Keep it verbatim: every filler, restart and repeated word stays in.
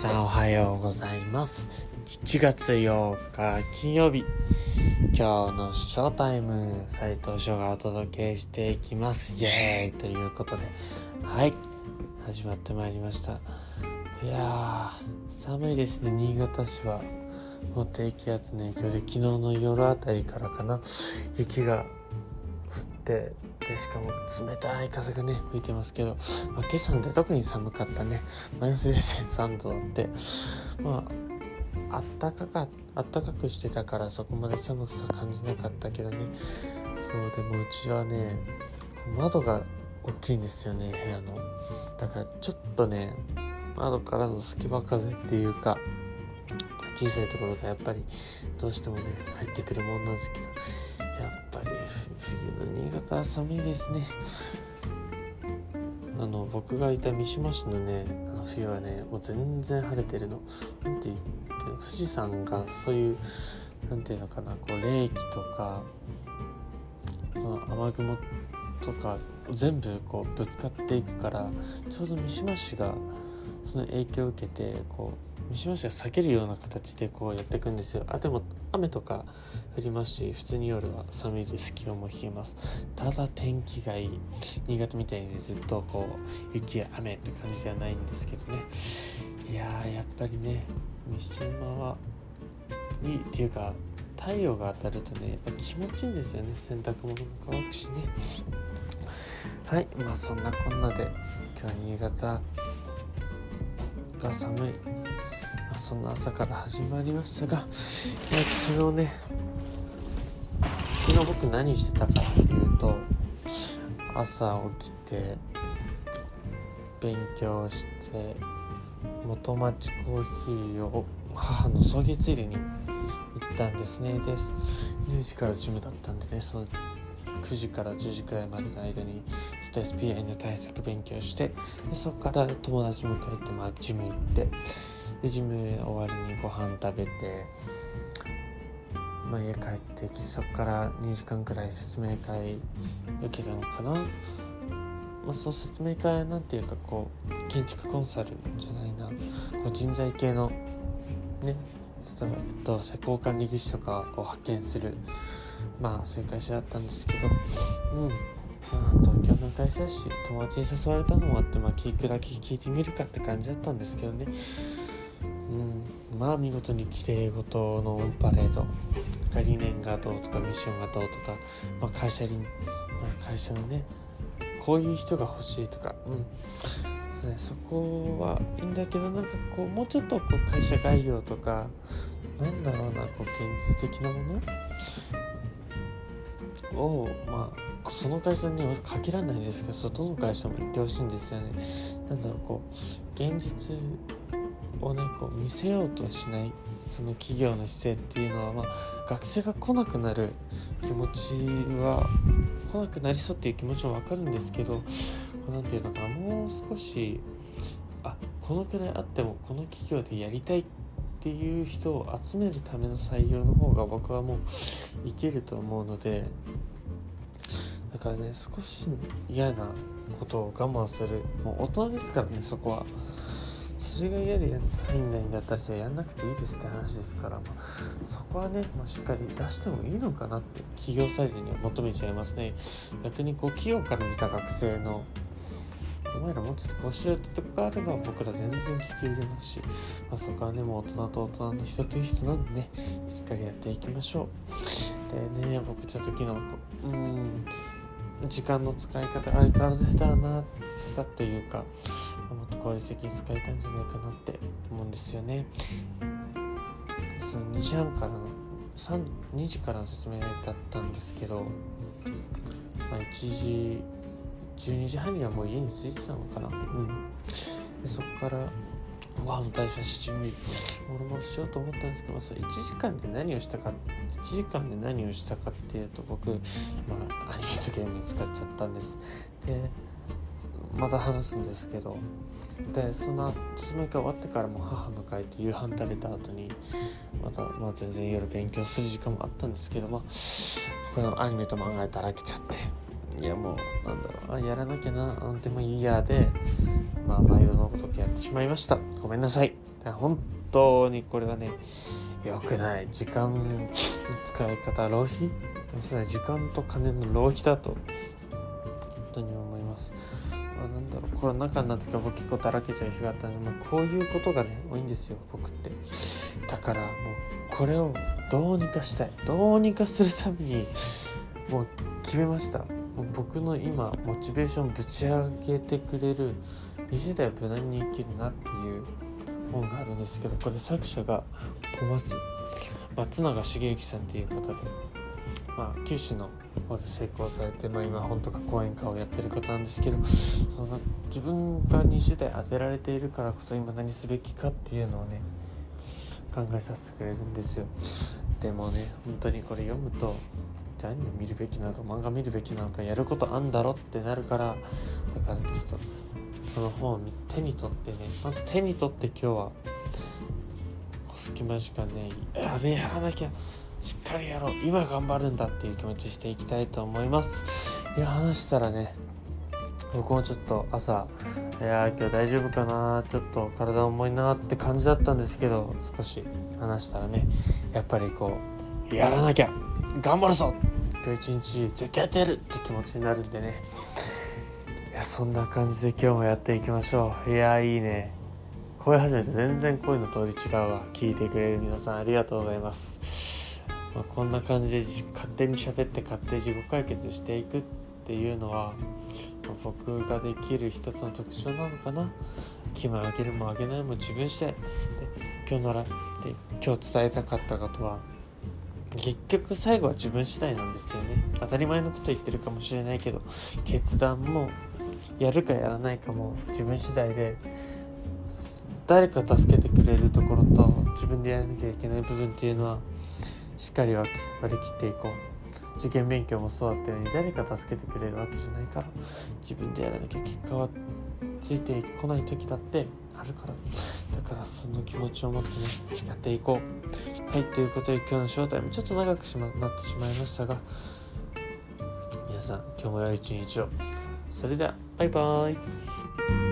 さんおはようございます。しちがつようか金曜日、今日のショータイム斉藤翔がお届けしていきます。イエーイということで、はい始まってまいりました。いやー寒いですね。新潟市はもう低気圧の影響で昨日の夜あたりからかな、雪が降ってで、しかも冷たい風がね吹いてますけど、まあ、今朝なんて特に寒かったね。マイナス れいてんさん 度だって、まああったかかあったかくしてたからそこまで寒さ感じなかったけどね。そうでもうちはね窓が大きいんですよね、部屋の。だからちょっとね窓からの隙間風っていうか小さいところがやっぱりどうしてもね入ってくるもんなんですけど、やっぱり冬の新潟は寒いですね。あの僕がいた三島市のねあの冬はねもう全然晴れてるの。なんて言って富士山がそういうなんていうのかな、こう冷気とか、まあ、雨雲とか全部こうぶつかっていくから、ちょうど三島市がその影響を受けてこう三島市が避けるような形でこうやっていくんですよ。あでも雨とか降りますし、普通に夜は寒いです。気温も冷えます。ただ天気がいい。新潟みたいに、ね、ずっとこう雪や雨って感じではないんですけどね。いやーやっぱりね三島はいいっていうか、太陽が当たるとねやっぱ気持ちいいんですよね。洗濯物も乾くしね。はい、まあそんなこんなで今日は新潟が寒い、まあ、そんな朝から始まりましたが、え昨日ね昨日僕何してたかっていうと、朝起きて勉強して元町コーヒーを母の送迎ついでに行ったんですね。でじゅうじからジムだったんでね、そのくじからじゅうじくらいまでの間にちょっと エスピーアイ の対策勉強して、でそこから友達迎えて、まあ、ジム行って、でジム終わりにご飯食べて、まあ、家帰ってきて、そこからにじかんくらい説明会受けたのかな。まあ、その説明会はなんていうかこう建築コンサルじゃないな、こう人材系のね、例えば、えっと、施工管理技師とかを派遣する、まあそういう会社だったんですけど、うんまあ、東京の会社だし友達に誘われたのもあって、まあ聞くだけ聞いてみるかって感じだったんですけどね。うんまあ見事に綺麗事のオンパレード、理念がどうとかミッションがどうとか、まあ、会社に、まあ、会社のねこういう人が欲しいとか、うん、そこはいいんだけど、なんかこうもうちょっとこう会社概要とかなんだろうな、こう現実的なものをまあその会社には限らないですけど、どの会社も言ってほしいんですよね。なんだろう、こう現実をねこう見せようとしないその企業の姿勢っていうのは、まあ学生が来なくなる気持ちは来なくなりそうっていう気持ちもわかるんですけど、こうなんていうのかな、もう少しあこのくらいあってもこの企業でやりたいっていう人を集めるための採用の方が僕はもういけると思うので、だからね少し嫌なことを我慢する、もう大人ですからね、そこは。それが嫌で入んないんだったらじゃあやんなくていいですって話ですから、まあ、そこはね、まあ、しっかり出してもいいのかなって企業サイドには求めちゃいますね。逆にこう企業から見た学生のお前らもうちょっとこうしろよってとこがあれば僕ら全然聞き入れますし、まあ、そこはねもう大人と大人の人という人なんでねしっかりやっていきましょう。でね僕ちょっと昨日こううーん時間の使い方相変わらず下手だな下手というか、もっと効率的に使えたんじゃないかなって思うんですよね。そのにじはんからのさんにじからの説明だったんですけど、まあ、いちじじゅうにじはんにはもう家に着いてたのかな。うんでそこからご飯も食べたし準備もろもろしようと思ったんですけど、まあ、それいちじかんで何をしたかいちじかんで何をしたかっていうと、僕、まあ、アニメとゲームに使っちゃったんです。でまた話すんですけど、でその説明会終わってからも母迎えて夕飯食べた後にまた、まあ、全然夜勉強する時間もあったんですけど、まあこのアニメと漫画でだらけちゃって、いやもうなんだろうあやらなきゃな、でもいいやで、まあ毎度のごとくやってしまいました。ごめんなさい。 本当にこれはね良くない。時間の使い方、浪費、時間と金の浪費だと本当に思います。まあ、なんだろう、コロナ禍になってから僕結構だらけちゃう日があったので、まあ、こういうことがね多いんですよ僕って。だからもうこれをどうにかしたい、どうにかするためにもう決めました。もう僕の今モチベーションぶち上げてくれるにじゅう代を無難に生きるなっていう本があるんですけど、これ作者が小松松永茂之さんっていう方で、まあ、九州の方で成功されて、まあ、今本とか講演会をやってる方なんですけど、その自分がにじゅう代当てられているからこそ今何すべきかっていうのをね考えさせてくれるんですよ。でもね本当にこれ読むと何を見るべきなのか、漫画見るべきなのか、やることあんだろってなるから、だからちょっとその本を手に取ってね、まず手に取って今日は隙間時間ね、やべえやらなきゃ、しっかりやろう、今頑張るんだっていう気持ちしていきたいと思います。いや話したらね僕もちょっと朝いや今日大丈夫かな、ちょっと体重いなって感じだったんですけど、少し話したらねやっぱりこうやらなきゃ、頑張るぞ、今日一日絶対やってやるって気持ちになるんでね、いやそんな感じで今日もやっていきましょう。いやいいね、声始めて全然声の通り違うわ。聞いてくれる皆さんありがとうございます。まあ、こんな感じで勝手に喋って勝手に自己解決していくっていうのは、まあ、僕ができる一つの特徴なのかな。気も上げるも上げないも自分次第で、今日のらで今日伝えたかったことは、結局最後は自分次第なんですよね。当たり前のこと言ってるかもしれないけど、決断もやるかやらないかも自分次第で、誰か助けてくれるところと自分でやらなきゃいけない部分っていうのはしっかり割り切っていこう。受験勉強もそうだったように、誰か助けてくれるわけじゃないから自分でやらなきゃ結果はついてこない時だってあるから、だからその気持ちを持ってねやっていこう。はい、ということで今日のショータイムちょっと長くしまなってしまいましたが、皆さん今日も良い一日を。それではバイバーイ。